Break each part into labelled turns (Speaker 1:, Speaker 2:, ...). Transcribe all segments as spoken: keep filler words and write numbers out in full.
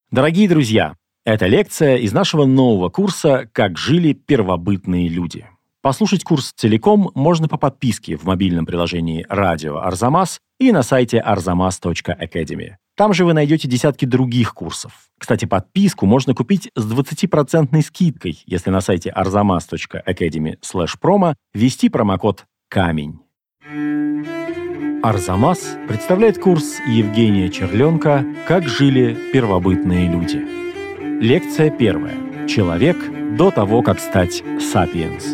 Speaker 1: Дорогие друзья, это лекция из нашего нового курса «Как жили первобытные люди». Послушать курс целиком можно по подписке в мобильном приложении «Радио Арзамас» и на сайте арзамас точка академи. Там же вы найдете десятки других курсов. Кстати, подписку можно купить с двадцатипроцентной скидкой, если на сайте арзамас точка академи слэш промо ввести промокод «Камень». Арзамас представляет курс Евгения Черленка «Как жили первобытные люди». Лекция первая. Человек до того, как стать сапиенс.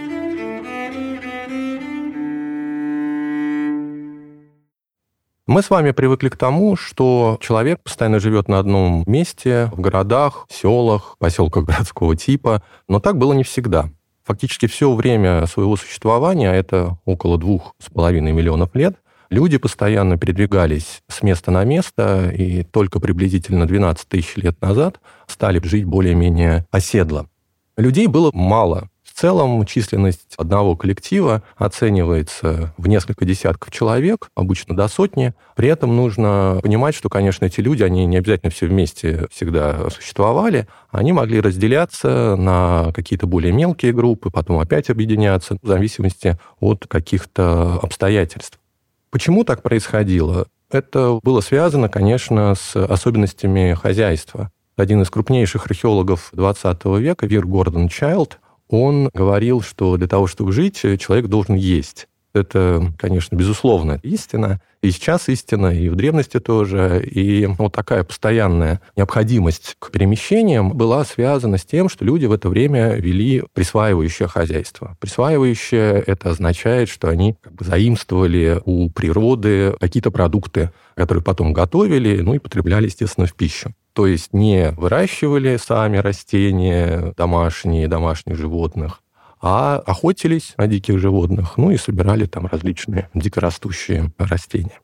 Speaker 2: Мы с вами привыкли к тому, что человек постоянно живет на одном месте, в городах, селах, поселках городского типа, но так было не всегда. Фактически все время своего существования, а это около двух с половиной миллионов лет, люди постоянно передвигались с места на место, и только приблизительно двенадцать тысяч лет назад стали жить более-менее оседло. Людей было мало. В целом численность одного коллектива оценивается в несколько десятков человек, обычно до сотни. При этом нужно понимать, что, конечно, эти люди, они не обязательно все вместе всегда существовали. Они могли разделяться на какие-то более мелкие группы, потом опять объединяться в зависимости от каких-то обстоятельств. Почему так происходило? Это было связано, конечно, с особенностями хозяйства. Один из крупнейших археологов двадцатого века, Вир Гордон Чайлд, он говорил, что для того, чтобы жить, человек должен есть. Это, конечно, безусловно истина. И сейчас истина, и в древности тоже. И вот такая постоянная необходимость к перемещениям была связана с тем, что люди в это время вели присваивающее хозяйство. Присваивающее – это означает, что они как бы заимствовали у природы какие-то продукты, которые потом готовили, ну и потребляли, естественно, в пищу. То есть не выращивали сами растения домашние, домашних животных, а охотились на диких животных, ну и собирали там различные дикорастущие растения.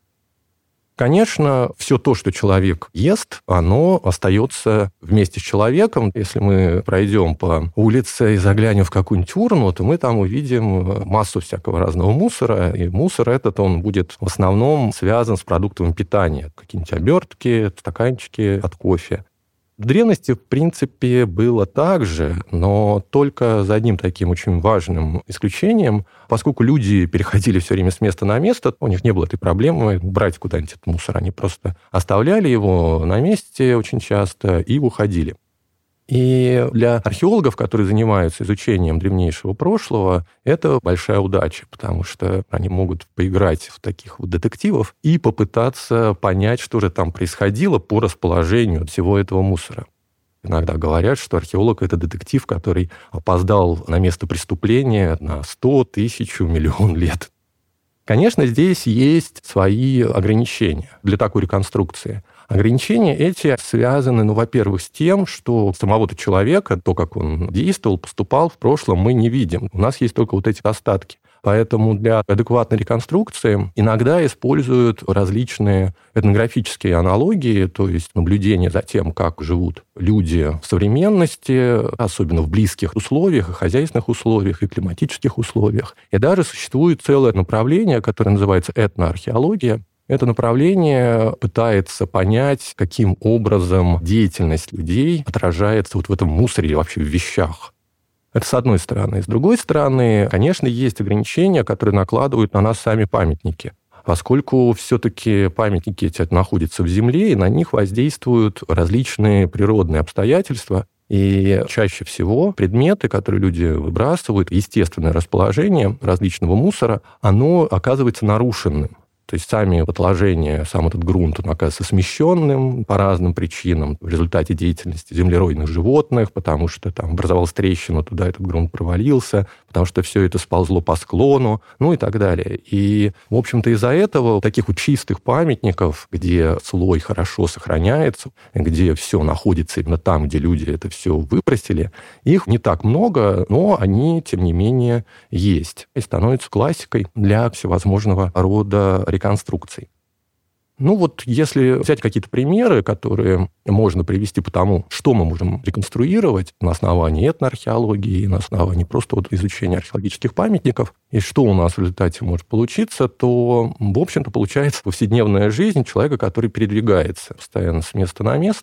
Speaker 2: Конечно, все то, что человек ест, оно остается вместе с человеком. Если мы пройдем по улице и заглянем в какую-нибудь урну, то мы там увидим массу всякого разного мусора. И мусор этот, он будет в основном связан с продуктами питания. Какие-нибудь обертки, стаканчики от кофе. В древности, в принципе, было так же, но только за одним таким очень важным исключением. Поскольку люди переходили все время с места на место, у них не было этой проблемы брать куда-нибудь этот мусор. Они просто оставляли его на месте очень часто и уходили. И для археологов, которые занимаются изучением древнейшего прошлого, это большая удача, потому что они могут поиграть в таких вот детективов и попытаться понять, что же там происходило по расположению всего этого мусора. Иногда говорят, что археолог – это детектив, который опоздал на место преступления на сто, тысячу, миллион лет. Конечно, здесь есть свои ограничения для такой реконструкции. Ограничения эти связаны, ну, во-первых, с тем, что самого-то человека, то, как он действовал, поступал в прошлом, мы не видим. У нас есть только вот эти остатки. Поэтому для адекватной реконструкции иногда используют различные этнографические аналогии, то есть наблюдение за тем, как живут люди в современности, особенно в близких условиях, и хозяйственных условиях, и климатических условиях. И даже существует целое направление, которое называется этноархеология. Это направление пытается понять, каким образом деятельность людей отражается вот в этом мусоре или вообще в вещах. Это с одной стороны. С другой стороны, конечно, есть ограничения, которые накладывают на нас сами памятники. Поскольку все-таки памятники эти находятся в земле, и на них воздействуют различные природные обстоятельства. И чаще всего предметы, которые люди выбрасывают, естественное расположение различного мусора, оно оказывается нарушенным. То есть сами отложения, сам этот грунт, он оказывается смещенным по разным причинам в результате деятельности землеройных животных, потому что там образовалась трещина, туда этот грунт провалился, потому что все это сползло по склону, ну и так далее. И, в общем-то, из-за этого таких вот чистых памятников, где слой хорошо сохраняется, где все находится именно там, где люди это все выбросили, их не так много, но они, тем не менее, есть. И становятся классикой для всевозможного рода реконструкций. Ну вот, если взять какие-то примеры, которые можно привести по тому, что мы можем реконструировать на основании этноархеологии, на основании просто вот изучения археологических памятников, и что у нас в результате может получиться, то, в общем-то, получается повседневная жизнь человека, который передвигается постоянно с места на место.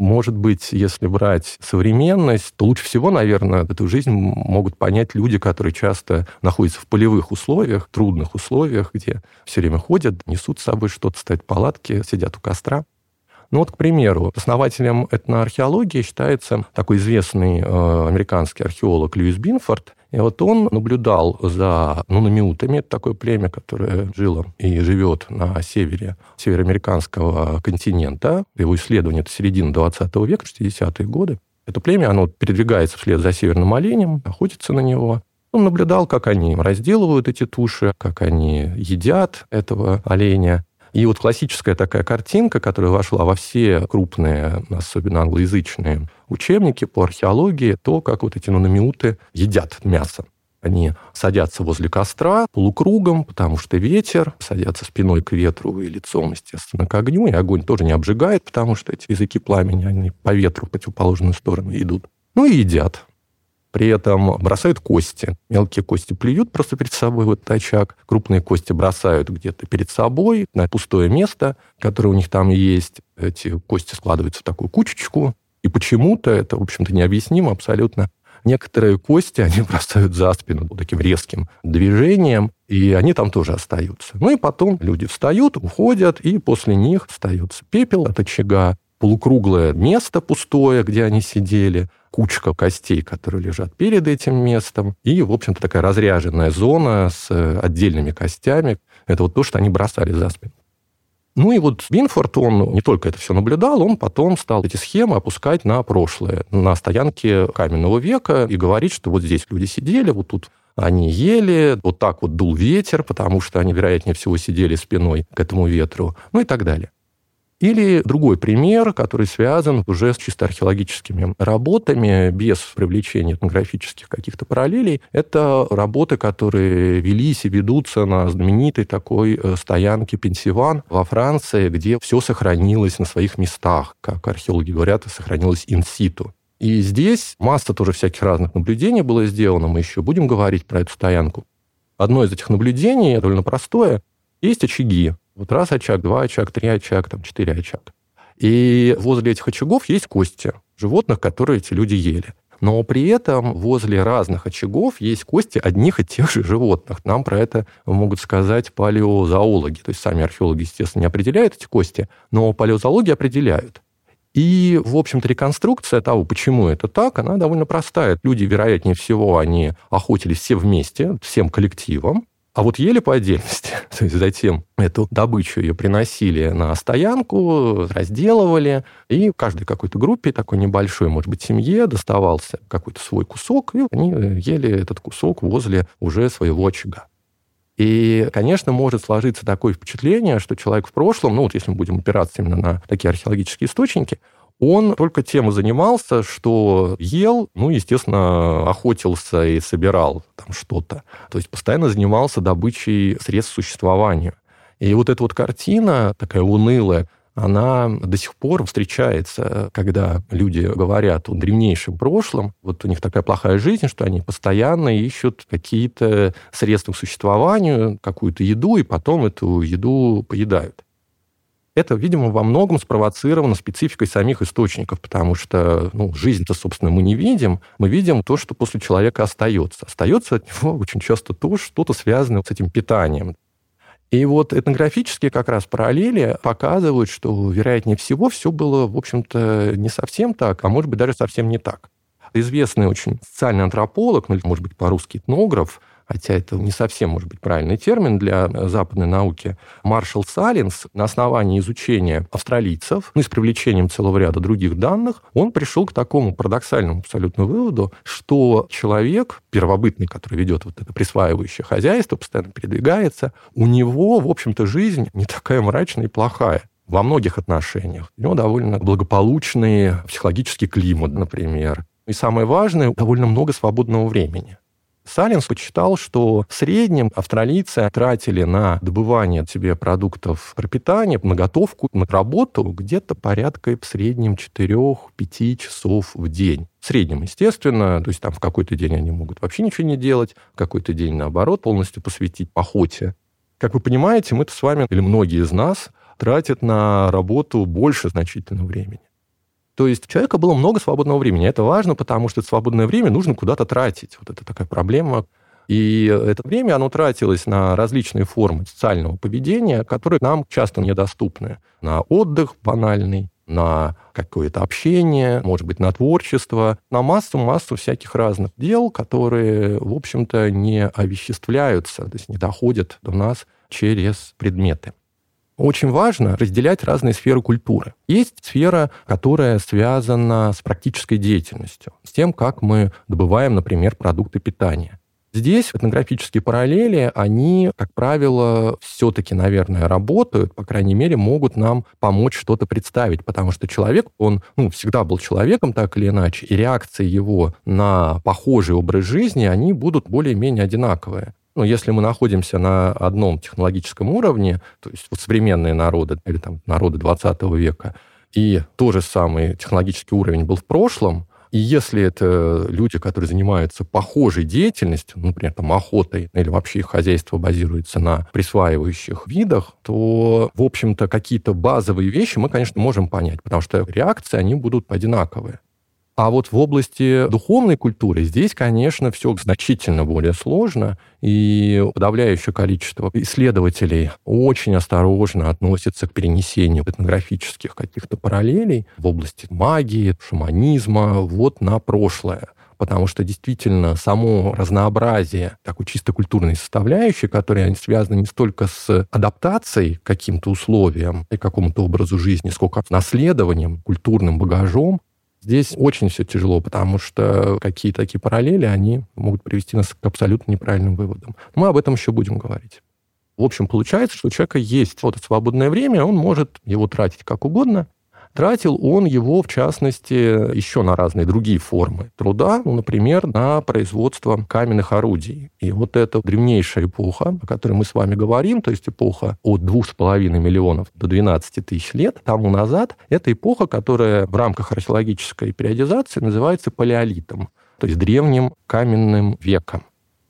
Speaker 2: Может быть, если брать современность, то лучше всего, наверное, эту жизнь могут понять люди, которые часто находятся в полевых условиях, трудных условиях, где все время ходят, несут с собой что-то, ставят палатки, сидят у костра. Ну вот, к примеру, основателем этноархеологии считается такой известный э, американский археолог Льюис Бинфорд. И вот он наблюдал за нунамиутами, это такое племя, которое жило и живет на севере североамериканского континента. Его исследование – это середина двадцатого века, шестидесятые годы. Это племя, оно передвигается вслед за северным оленем, охотится на него. Он наблюдал, как они разделывают эти туши, как они едят этого оленя. И вот классическая такая картинка, которая вошла во все крупные, особенно англоязычные учебники по археологии, то, как вот эти нунамиуты едят мясо. Они садятся возле костра полукругом, потому что ветер, садятся спиной к ветру и лицом, естественно, к огню, и огонь тоже не обжигает, потому что эти языки пламени, они по ветру в противоположную сторону идут. Ну и едят. При этом бросают кости. Мелкие кости плюют просто перед собой в этот очаг. Крупные кости бросают где-то перед собой на пустое место, которое у них там есть. Эти кости складываются в такую кучечку. И почему-то, это, в общем-то, необъяснимо абсолютно, некоторые кости они бросают за спину вот таким резким движением, и они там тоже остаются. Ну и потом люди встают, уходят, и после них остается пепел от очага, полукруглое место пустое, где они сидели, кучка костей, которые лежат перед этим местом, и, в общем-то, такая разряженная зона с отдельными костями. Это вот то, что они бросали за спину. Ну и вот Бинфорд, он не только это все наблюдал, он потом стал эти схемы опускать на прошлое, на стоянке каменного века, и говорить, что вот здесь люди сидели, вот тут они ели, вот так вот дул ветер, потому что они, вероятнее всего, сидели спиной к этому ветру, ну и так далее. Или другой пример, который связан уже с чисто археологическими работами, без привлечения этнографических каких-то параллелей. Это работы, которые велись и ведутся на знаменитой такой стоянке Пенсиван во Франции, где все сохранилось на своих местах, как археологи говорят, сохранилось инситу. И здесь масса тоже всяких разных наблюдений было сделано. Мы еще будем говорить про эту стоянку. Одно из этих наблюдений, довольно простое, есть очаги. Вот раз очаг, два очаг, три очаг, там, четыре очага. И возле этих очагов есть кости животных, которые эти люди ели. Но при этом возле разных очагов есть кости одних и тех же животных. Нам про это могут сказать палеозоологи. То есть сами археологи, естественно, не определяют эти кости, но палеозоологи определяют. И, в общем-то, реконструкция того, почему это так, она довольно простая. Люди, вероятнее всего, они охотились все вместе, всем коллективом, а вот ели по отдельности. То есть затем эту добычу ее приносили на стоянку, разделывали, и в каждой какой-то группе, такой небольшой, может быть, семье, доставался какой-то свой кусок, и они ели этот кусок возле уже своего очага. И, конечно, может сложиться такое впечатление, что человек в прошлом, ну вот если мы будем опираться именно на такие археологические источники, он только тем и занимался, что ел, ну, естественно, охотился и собирал там что-то. То есть постоянно занимался добычей средств существования. И вот эта вот картина, такая унылая, она до сих пор встречается, когда люди говорят о древнейшем прошлом. Вот у них такая плохая жизнь, что они постоянно ищут какие-то средства к существованию, какую-то еду, и потом эту еду поедают. Это, видимо, во многом спровоцировано спецификой самих источников, потому что ну, жизнь-то, собственно, мы не видим. Мы видим то, что после человека остается. Остается от него очень часто то, что-то связанное с этим питанием. И вот этнографические как раз параллели показывают, что, вероятнее всего, все было, в общем-то, не совсем так, а может быть, даже совсем не так. Известный очень социальный антрополог, ну, или, может быть, по-русски этнограф, хотя это не совсем, может быть, правильный термин для западной науки, Маршал Саллинс на основании изучения австралийцев, ну и с привлечением целого ряда других данных, он пришел к такому парадоксальному абсолютно выводу, что человек, первобытный, который ведет вот это присваивающее хозяйство, постоянно передвигается, у него, в общем-то, жизнь не такая мрачная и плохая. Во многих отношениях. У него довольно благополучный психологический климат, например. И самое важное, довольно много свободного времени. Саллинс подсчитал, что в среднем австралийцы тратили на добывание себе продуктов пропитания, на готовку, на работу где-то порядка в среднем четыре-пять часов в день. В среднем, естественно, то есть там в какой-то день они могут вообще ничего не делать, в какой-то день, наоборот, полностью посвятить охоте. Как вы понимаете, мы-то с вами, или многие из нас, тратят на работу больше значительного времени. То есть у человека было много свободного времени. Это важно, потому что это свободное время нужно куда-то тратить. Вот это такая проблема. И это время, оно тратилось на различные формы социального поведения, которые нам часто недоступны. На отдых банальный, на какое-то общение, может быть, на творчество, на массу-массу всяких разных дел, которые, в общем-то, не овеществляются, то есть не доходят до нас через предметы. Очень важно разделять разные сферы культуры. Есть сфера, которая связана с практической деятельностью, с тем, как мы добываем, например, продукты питания. Здесь этнографические параллели, они, как правило, все-таки, наверное, работают, по крайней мере, могут нам помочь что-то представить, потому что человек, он ну, всегда был человеком, так или иначе, и реакции его на похожий образ жизни, они будут более-менее одинаковые. Ну, если мы находимся на одном технологическом уровне, то есть вот современные народы, или там народы двадцатого века, и тот же самый технологический уровень был в прошлом, и если это люди, которые занимаются похожей деятельностью, например, там, охотой, или вообще их хозяйство базируется на присваивающих видах, то, в общем-то, какие-то базовые вещи мы, конечно, можем понять, потому что реакции, они будут одинаковые. А вот в области духовной культуры здесь, конечно, все значительно более сложно, и подавляющее количество исследователей очень осторожно относятся к перенесению этнографических каких-то параллелей в области магии, шаманизма вот на прошлое. Потому что действительно само разнообразие такой чисто культурной составляющей, которая связана не столько с адаптацией к каким-то условиям и какому-то образу жизни, сколько с наследованием, культурным багажом, здесь очень все тяжело, потому что какие-то такие параллели, они могут привести нас к абсолютно неправильным выводам. Мы об этом еще будем говорить. В общем, получается, что у человека есть вот это свободное время, он может его тратить как угодно. Тратил он его, в частности, еще на разные другие формы труда, ну, например, на производство каменных орудий. И вот эта древнейшая эпоха, о которой мы с вами говорим, то есть эпоха от двух с половиной миллионов до двенадцати тысяч лет тому назад, это эпоха, которая в рамках археологической периодизации называется палеолитом, то есть древним каменным веком.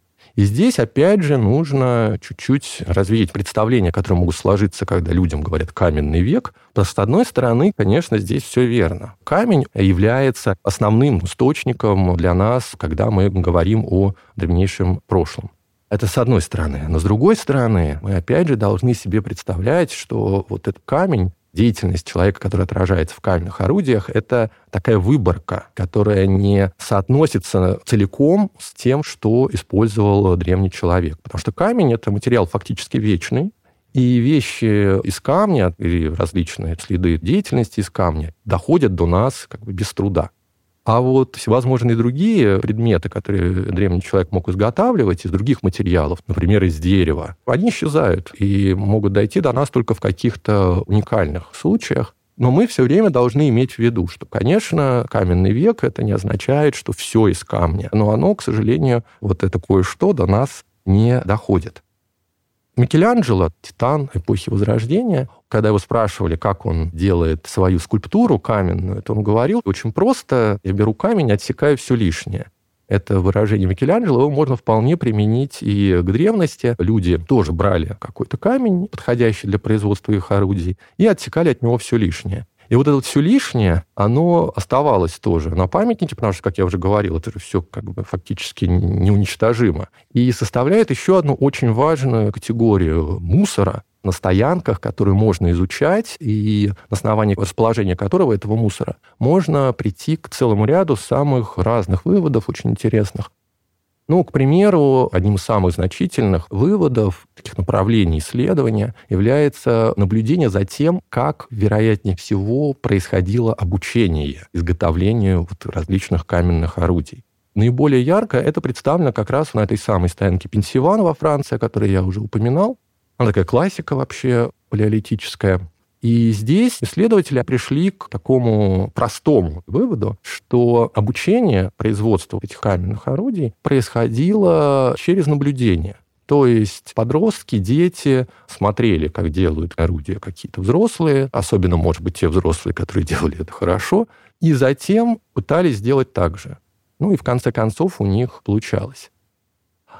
Speaker 2: И здесь, опять же, нужно чуть-чуть развеять представления, которые могут сложиться, когда людям говорят «каменный век». Потому что, с одной стороны, конечно, здесь все верно. Камень является основным источником для нас, когда мы говорим о древнейшем прошлом. Это с одной стороны. Но с другой стороны, мы, опять же, должны себе представлять, что вот этот камень, деятельность человека, которая отражается в каменных орудиях, это такая выборка, которая не соотносится целиком с тем, что использовал древний человек. Потому что камень – это материал фактически вечный, и вещи из камня или различные следы деятельности из камня доходят до нас как бы без труда. А вот всевозможные другие предметы, которые древний человек мог изготавливать из других материалов, например, из дерева, они исчезают и могут дойти до нас только в каких-то уникальных случаях. Но мы все время должны иметь в виду, что, конечно, каменный век – это не означает, что все из камня. Но оно, к сожалению, вот это кое-что до нас не доходит. Микеланджело, титан эпохи Возрождения, когда его спрашивали, как он делает свою скульптуру каменную, то он говорил очень просто: я беру камень, отсекаю все лишнее. Это выражение Микеланджело, его можно вполне применить и к древности. Люди тоже брали какой-то камень, подходящий для производства их орудий, и отсекали от него все лишнее. И вот это вот все лишнее, оно оставалось тоже на памятнике, потому что, как я уже говорил, это же все как бы фактически неуничтожимо. И составляет еще одну очень важную категорию мусора на стоянках, которую можно изучать, и на основании расположения которого этого мусора можно прийти к целому ряду самых разных выводов, очень интересных. Ну, к примеру, одним из самых значительных выводов, таких направлений исследования, является наблюдение за тем, как, вероятнее всего, происходило обучение изготовлению вот различных каменных орудий. Наиболее ярко это представлено как раз на этой самой стоянке Пенсиван во Франции, о которой я уже упоминал. Она такая классика вообще палеолитическая. И здесь исследователи пришли к такому простому выводу, что обучение производству этих каменных орудий происходило через наблюдение. То есть подростки, дети смотрели, как делают орудия какие-то взрослые, особенно, может быть, те взрослые, которые делали это хорошо, и затем пытались сделать так же. Ну и в конце концов у них получалось.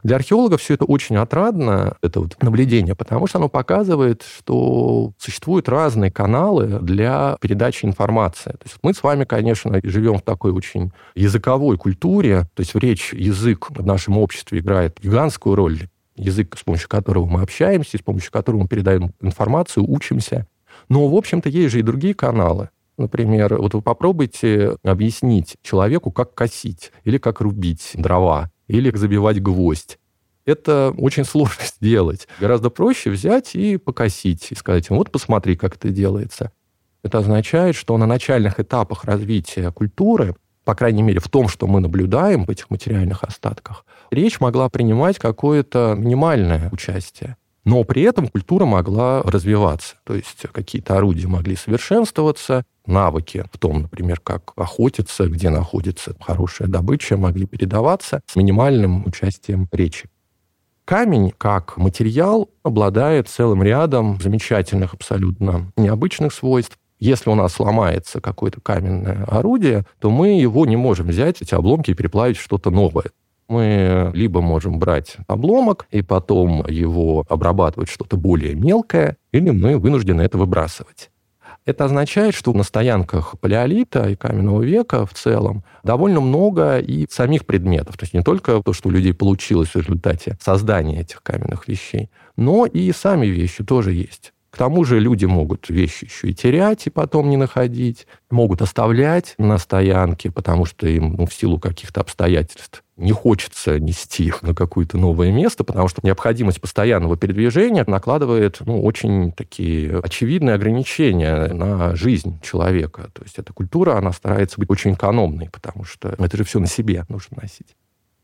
Speaker 2: Для археологов все это очень отрадно, это вот наблюдение, потому что оно показывает, что существуют разные каналы для передачи информации. То есть мы с вами, конечно, живем в такой очень языковой культуре, то есть в речь, язык в нашем обществе играет гигантскую роль. Язык, с помощью которого мы общаемся, с помощью которого мы передаем информацию, учимся. Но, в общем-то, есть же и другие каналы. Например, вот вы попробуйте объяснить человеку, как косить, или как рубить дрова, или забивать гвоздь. Это очень сложно сделать. Гораздо проще взять и покосить, и сказать ему, вот посмотри, как это делается. Это означает, что на начальных этапах развития культуры, по крайней мере, в том, что мы наблюдаем в этих материальных остатках, речь могла принимать какое-то минимальное участие. Но при этом культура могла развиваться. То есть какие-то орудия могли совершенствоваться, навыки в том, например, как охотиться, где находится хорошая добыча, могли передаваться с минимальным участием речи. Камень, как материал, обладает целым рядом замечательных, абсолютно необычных свойств. Если у нас сломается какое-то каменное орудие, то мы его не можем взять, эти обломки, и переплавить в что-то новое. Мы либо можем брать обломок и потом его обрабатывать что-то более мелкое, или мы вынуждены это выбрасывать. Это означает, что на стоянках палеолита и каменного века в целом довольно много и самих предметов. То есть не только то, что у людей получилось в результате создания этих каменных вещей, но и сами вещи тоже есть. К тому же люди могут вещи еще и терять, и потом не находить, могут оставлять на стоянке, потому что им, ну, в силу каких-то обстоятельств не хочется нести их на какое-то новое место, потому что необходимость постоянного передвижения накладывает, ну, очень такие очевидные ограничения на жизнь человека. То есть эта культура, она старается быть очень экономной, потому что это же все на себе нужно носить.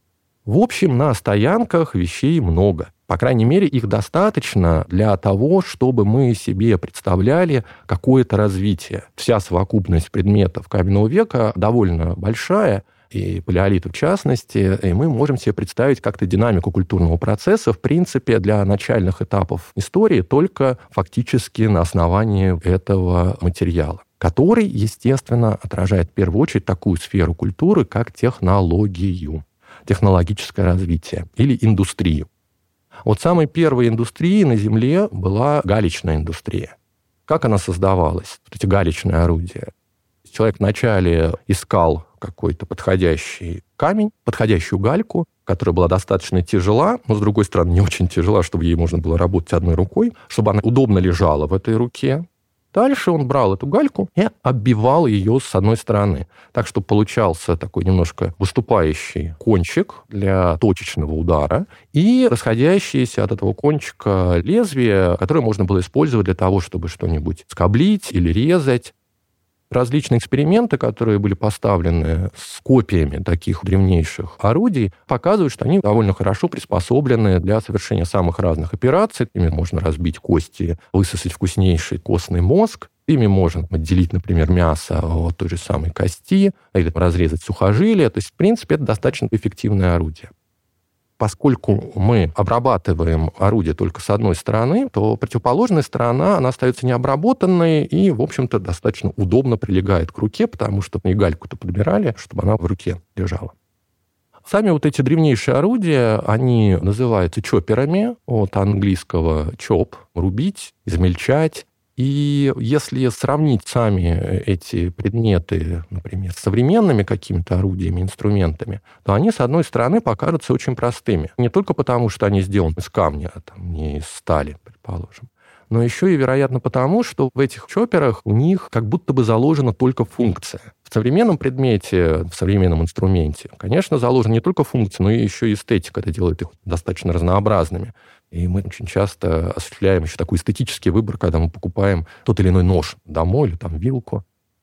Speaker 2: В общем, на стоянках вещей много. По крайней мере, их достаточно для того, чтобы мы себе представляли какое-то развитие. Вся совокупность предметов каменного века довольно большая, и палеолита в частности, и мы можем себе представить как-то динамику культурного процесса, в принципе, для начальных этапов истории только фактически на основании этого материала, который, естественно, отражает в первую очередь такую сферу культуры, как технологию, технологическое развитие или индустрию. Вот самой первой индустрией на Земле была галечная индустрия. Как она создавалась? Вот эти галечные орудия. Человек вначале искал какой-то подходящий камень, подходящую гальку, которая была достаточно тяжела, но, с другой стороны, не очень тяжела, чтобы ей можно было работать одной рукой, чтобы она удобно лежала в этой руке. Дальше он брал эту гальку и оббивал ее с одной стороны. Так что получался такой немножко выступающий кончик для точечного удара и расходящееся от этого кончика лезвие, которое можно было использовать для того, чтобы что-нибудь скоблить или резать. Различные эксперименты, которые были поставлены с копиями таких древнейших орудий, показывают, что они довольно хорошо приспособлены для совершения самых разных операций. Ими можно разбить кости, высосать вкуснейший костный мозг. Ими можно отделить, например, мясо от той же самой кости, или разрезать сухожилия. То есть, в принципе, это достаточно эффективное орудие. Поскольку мы обрабатываем орудие только с одной стороны, то противоположная сторона, она остается необработанной и, в общем-то, достаточно удобно прилегает к руке, потому что и гальку-то подбирали, чтобы она в руке лежала. Сами вот эти древнейшие орудия, они называются чопперами, от английского chop, рубить, измельчать. И если сравнить сами эти предметы, например, с современными какими-то орудиями, инструментами, то они, с одной стороны, покажутся очень простыми. Не только потому, что они сделаны из камня, а там, не из стали, предположим, но еще и, вероятно, потому, что в этих чопперах у них как будто бы заложена только функция. В современном предмете, в современном инструменте, конечно, заложена не только функция, но и еще и эстетика. Это делает их достаточно разнообразными. И мы очень часто осуществляем еще такой эстетический выбор, когда мы покупаем тот или иной нож домой или там вилку.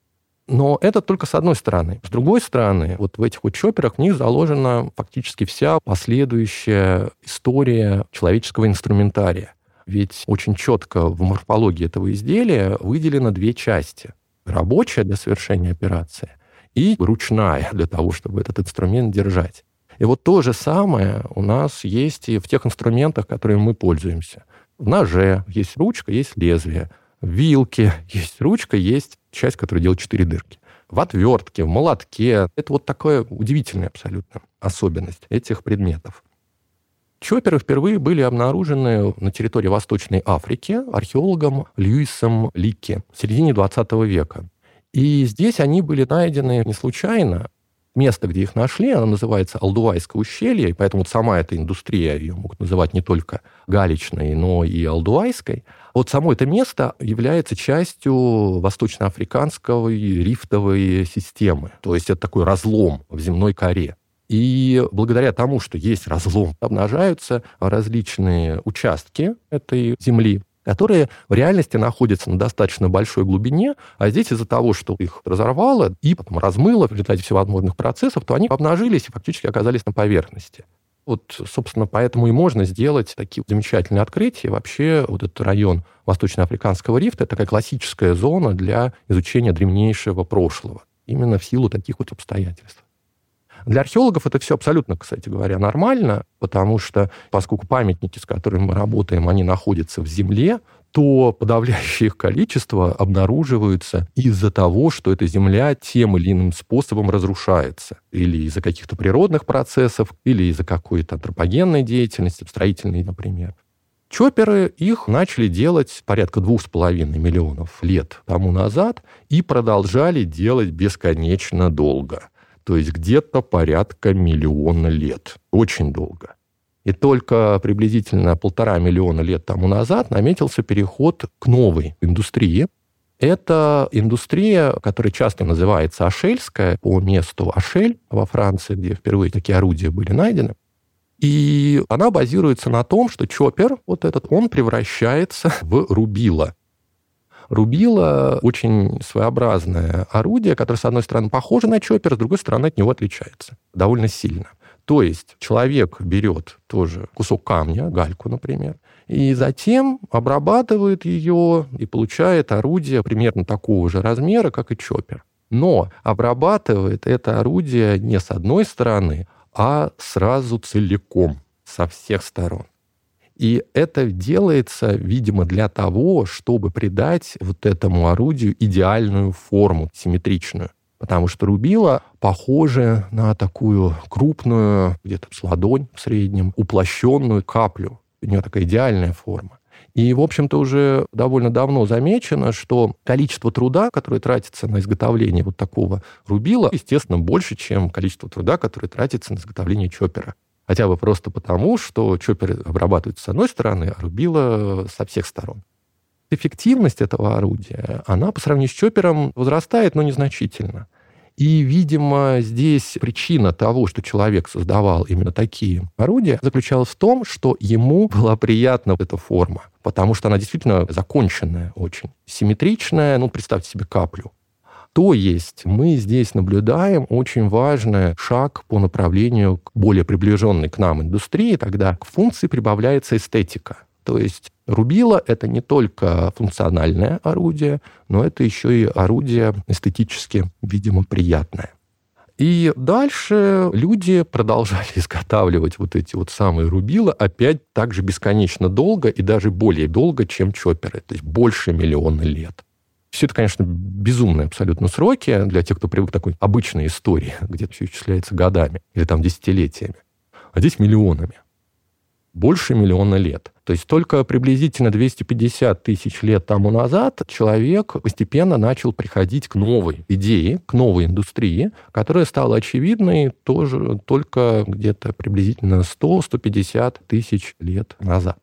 Speaker 2: Но это только с одной стороны. С другой стороны, вот в этих вот чопперах в них заложена фактически вся последующая история человеческого инструментария. Ведь очень четко в морфологии этого изделия выделено две части. Рабочая для совершения операции и ручная для того, чтобы этот инструмент держать. И вот то же самое у нас есть и в тех инструментах, которыми мы пользуемся. В ноже есть ручка, есть лезвие. В вилке есть ручка, есть часть, которая делает четыре дырки. В отвертке, в молотке. Это вот такая удивительная абсолютно особенность этих предметов. Чопперы впервые были обнаружены на территории Восточной Африки археологом Льюисом Ликки в середине двадцатого века. И здесь они были найдены не случайно. Место, где их нашли, оно называется Алдувайское ущелье, и поэтому вот сама эта индустрия, ее могут называть не только галечной, но и алдувайской. Вот само это место является частью восточноафриканской рифтовой системы. То есть это такой разлом в земной коре. И благодаря тому, что есть разлом, обнажаются различные участки этой земли, которые в реальности находятся на достаточно большой глубине, а здесь из-за того, что их разорвало и потом размыло в результате всевозможных процессов, то они обнажились и фактически оказались на поверхности. Вот, собственно, поэтому и можно сделать такие замечательные открытия. Вообще, вот этот район Восточноафриканского рифта – это такая классическая зона для изучения древнейшего прошлого, именно в силу таких вот обстоятельств. Для археологов это все абсолютно, кстати говоря, нормально, потому что, поскольку памятники, с которыми мы работаем, они находятся в земле, то подавляющее их количество обнаруживаются из-за того, что эта земля тем или иным способом разрушается. Или из-за каких-то природных процессов, или из-за какой-то антропогенной деятельности, строительной, например. Чопперы их начали делать порядка двух с половиной миллионов лет тому назад и продолжали делать бесконечно долго. То есть где-то порядка миллиона лет. Очень долго. И только приблизительно полтора миллиона лет тому назад наметился переход к новой индустрии. Это индустрия, которая часто называется ашельская, по месту Ашель во Франции, где впервые такие орудия были найдены. И она базируется на том, что чоппер, вот этот, он превращается в рубило. Рубило – очень своеобразное орудие, которое, с одной стороны, похоже на чоппер, с другой стороны, от него отличается довольно сильно. То есть человек берет тоже кусок камня, гальку, например, и затем обрабатывает ее и получает орудие примерно такого же размера, как и чоппер. Но обрабатывает это орудие не с одной стороны, а сразу целиком, со всех сторон. И это делается, видимо, для того, чтобы придать вот этому орудию идеальную форму, симметричную. Потому что рубило похоже на такую крупную, где-то с ладонь в среднем, уплощенную каплю. У нее такая идеальная форма. И, в общем-то, уже довольно давно замечено, что количество труда, которое тратится на изготовление вот такого рубила, естественно, больше, чем количество труда, которое тратится на изготовление чоппера. Хотя бы просто потому, что чоппер обрабатывается с одной стороны, а рубило со всех сторон. Эффективность этого орудия, она по сравнению с чоппером возрастает, но незначительно. И, видимо, здесь причина того, что человек создавал именно такие орудия, заключалась в том, что ему была приятна эта форма, потому что она действительно законченная очень, симметричная, ну, представьте себе каплю. То есть мы здесь наблюдаем очень важный шаг по направлению к более приближенной к нам индустрии, тогда к функции прибавляется эстетика. То есть рубило – это не только функциональное орудие, но это еще и орудие эстетически, видимо, приятное. И дальше люди продолжали изготавливать вот эти вот самые рубила опять так же бесконечно долго и даже более долго, чем чопперы, то есть больше миллиона лет. Все это, конечно, безумные абсолютно сроки для тех, кто привык к такой обычной истории, где все исчисляется годами или там десятилетиями. А здесь миллионами. Больше миллиона лет. То есть только приблизительно двести пятьдесят тысяч лет тому назад человек постепенно начал приходить к новой идее, к новой индустрии, которая стала очевидной тоже только где-то приблизительно сто - сто пятьдесят тысяч лет назад.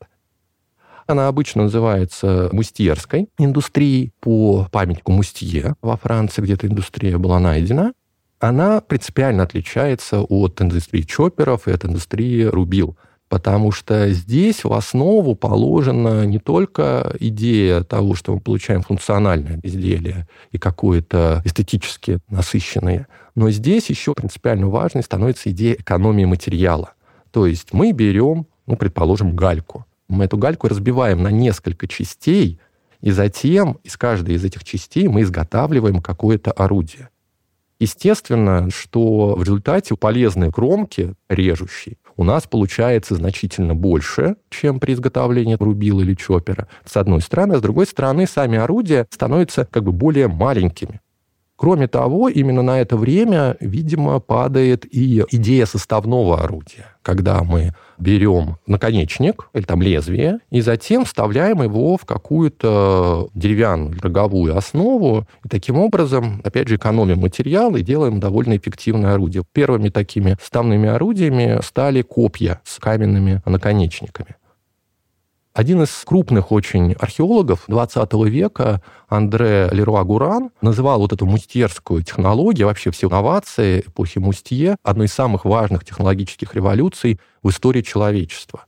Speaker 2: Она обычно называется мустьерской индустрией по памятнику Мустье во Франции, где эта индустрия была найдена. Она принципиально отличается от индустрии чопперов и от индустрии рубил, потому что здесь в основу положена не только идея того, что мы получаем функциональное изделие и какое-то эстетически насыщенное, но здесь еще принципиально важной становится идея экономии материала. То есть мы берем, ну, предположим, гальку. Мы эту гальку разбиваем на несколько частей, и затем из каждой из этих частей мы изготавливаем какое-то орудие. Естественно, что в результате полезной кромки, режущей, у нас получается значительно больше, чем при изготовлении рубила или чоппера, с одной стороны, а с другой стороны, сами орудия становятся как бы более маленькими. Кроме того, именно на это время, видимо, падает и идея составного орудия, когда мы берем наконечник или там лезвие и затем вставляем его в какую-то деревянную роговую основу. И таким образом, опять же, экономим материал и делаем довольно эффективное орудие. Первыми такими составными орудиями стали копья с каменными наконечниками. Один из крупных очень археологов двадцатого века, Андре Леруа-Гуран, называл вот эту мустьерскую технологию, вообще все инновации эпохи Мустье, одной из самых важных технологических революций в истории человечества.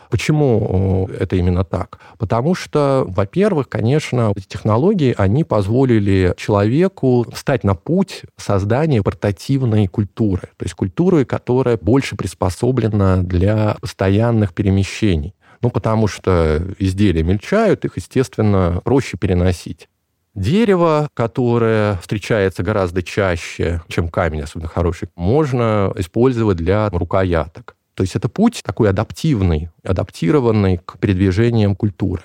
Speaker 2: Почему это именно так? Потому что, во-первых, конечно, эти технологии, они позволили человеку встать на путь создания портативной культуры, то есть культуры, которая больше приспособлена для постоянных перемещений. Ну, потому что изделия мельчают, их, естественно, проще переносить. Дерево, которое встречается гораздо чаще, чем камень, особенно хороший, можно использовать для рукояток. То есть это путь такой адаптивный, адаптированный к передвижениям культуры.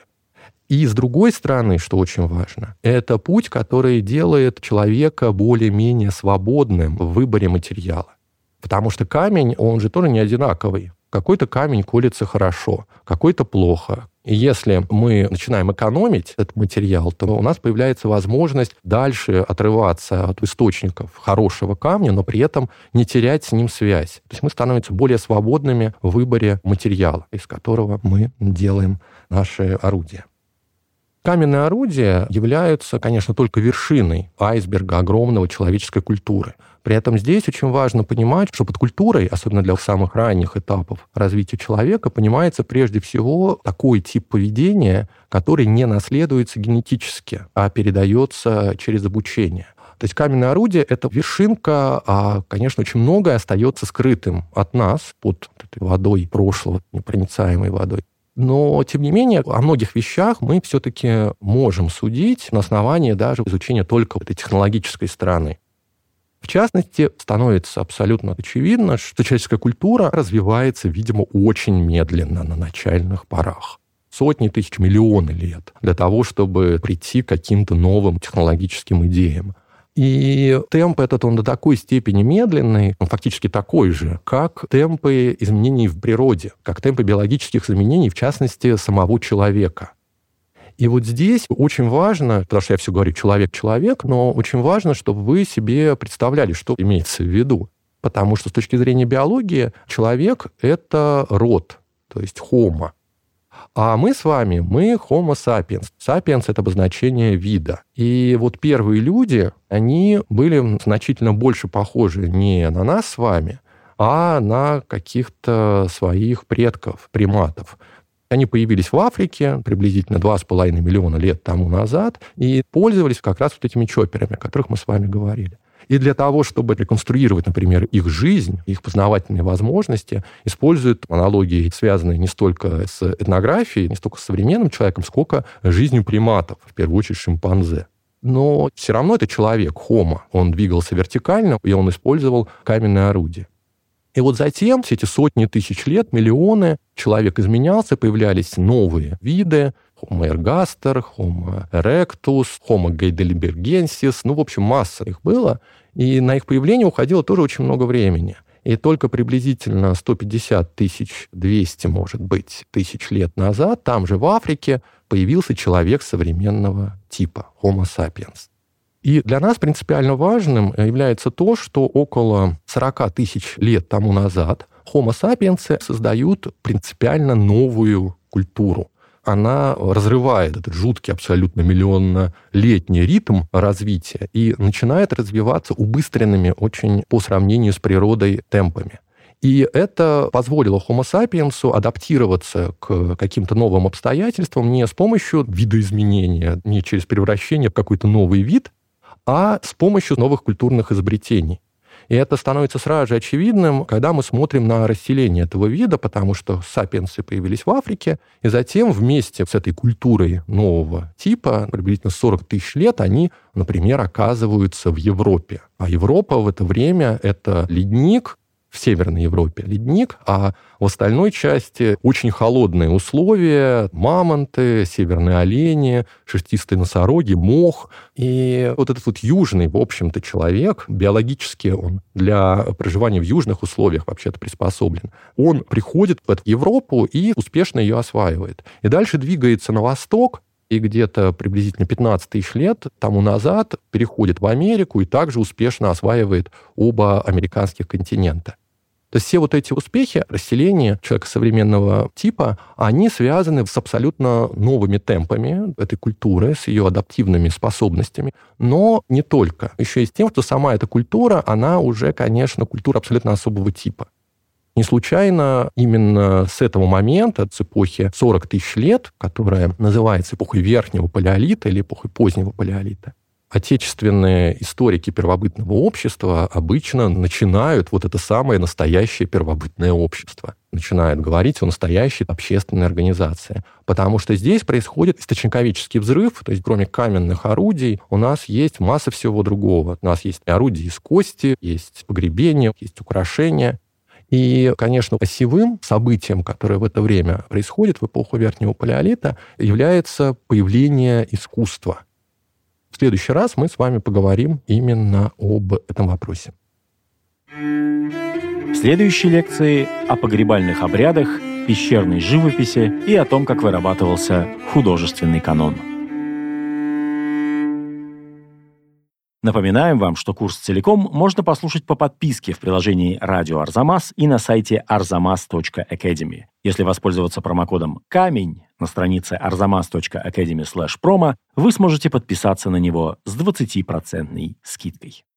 Speaker 2: И с другой стороны, что очень важно, это путь, который делает человека более-менее свободным в выборе материала. Потому что камень, он же тоже не одинаковый. Какой-то камень колется хорошо, какой-то плохо. И если мы начинаем экономить этот материал, то у нас появляется возможность дальше отрываться от источников хорошего камня, но при этом не терять с ним связь. То есть мы становимся более свободными в выборе материала, из которого мы делаем наши орудия. Каменные орудия являются, конечно, только вершиной айсберга огромного человеческой культуры. При этом здесь очень важно понимать, что под культурой, особенно для самых ранних этапов развития человека, понимается прежде всего такой тип поведения, который не наследуется генетически, а передается через обучение. То есть каменное орудие – это вершинка, а, конечно, очень многое остается скрытым от нас под этой водой прошлого, непроницаемой водой. Но, тем не менее, о многих вещах мы все-таки можем судить на основании даже изучения только этой технологической стороны. В частности, становится абсолютно очевидно, что человеческая культура развивается, видимо, очень медленно на начальных порах. Сотни тысяч, миллионы лет для того, чтобы прийти к каким-то новым технологическим идеям. И темп этот, он до такой степени медленный, он фактически такой же, как темпы изменений в природе, как темпы биологических изменений, в частности, самого человека. И вот здесь очень важно, потому что я все говорю «человек-человек», но очень важно, чтобы вы себе представляли, что имеется в виду. Потому что с точки зрения биологии человек – это род, то есть homo. А мы с вами, мы homo sapiens. Sapiens – это обозначение вида. И вот первые люди, они были значительно больше похожи не на нас с вами, а на каких-то своих предков, приматов. Они появились в Африке приблизительно два с половиной миллиона лет тому назад и пользовались как раз вот этими чопперами, о которых мы с вами говорили. И для того, чтобы реконструировать, например, их жизнь, их познавательные возможности, используют аналогии, связанные не столько с этнографией, не столько с современным человеком, сколько с жизнью приматов, в первую очередь шимпанзе. Но все равно это человек, homo. Он двигался вертикально, и он использовал каменное орудие. И вот затем, все эти сотни тысяч лет, миллионы, человек изменялся, появлялись новые виды, Homo ergaster, Homo erectus, Homo heidelbergensis, ну, в общем, масса их было, и на их появление уходило тоже очень много времени. И только приблизительно сто пятьдесят тысяч, двести, может быть, тысяч лет назад, там же в Африке, появился человек современного типа, Homo sapiens. И для нас принципиально важным является то, что около сорок тысяч лет тому назад Homo sapiens создают принципиально новую культуру. Она разрывает этот жуткий абсолютно миллионнолетний ритм развития и начинает развиваться убыстренными очень по сравнению с природой темпами. И это позволило Homo sapiens адаптироваться к каким-то новым обстоятельствам не с помощью видоизменения, не через превращение в какой-то новый вид, а с помощью новых культурных изобретений. И это становится сразу же очевидным, когда мы смотрим на расселение этого вида, потому что сапиенсы появились в Африке, и затем вместе с этой культурой нового типа, приблизительно сорок тысяч лет, они, например, оказываются в Европе. А Европа в это время – это ледник, в Северной Европе ледник, а в остальной части очень холодные условия, мамонты, северные олени, шерстистые носороги, мох. И вот этот вот южный, в общем-то, человек, биологически он для проживания в южных условиях вообще-то приспособлен, он приходит в эту Европу и успешно ее осваивает. И дальше двигается на восток, и где-то приблизительно пятнадцать тысяч лет тому назад переходит в Америку и также успешно осваивает оба американских континента. То есть все вот эти успехи расселения человека современного типа, они связаны с абсолютно новыми темпами этой культуры, с ее адаптивными способностями, но не только. Еще и с тем, что сама эта культура, она уже, конечно, культура абсолютно особого типа. Не случайно именно с этого момента, с эпохи сорок тысяч лет, которая называется эпохой Верхнего Палеолита или эпохой Позднего Палеолита, отечественные историки первобытного общества обычно начинают вот это самое настоящее первобытное общество. Начинают говорить о настоящей общественной организации. Потому что здесь происходит источниковеческий взрыв, то есть кроме каменных орудий у нас есть масса всего другого. У нас есть орудия из кости, есть погребения, есть украшения. И, конечно, осевым событием, которое в это время происходит в эпоху Верхнего Палеолита, является появление искусства. В следующий раз мы с вами поговорим именно об этом вопросе.
Speaker 1: В следующей лекции о погребальных обрядах, пещерной живописи и о том, как вырабатывался художественный канон. Напоминаем вам, что курс целиком можно послушать по подписке в приложении «Радио Арзамас» и на сайте арзамас точка академи. Если воспользоваться промокодом «Камень» на странице арзамас точка академи слэш промо, вы сможете подписаться на него с двадцатипроцентной скидкой.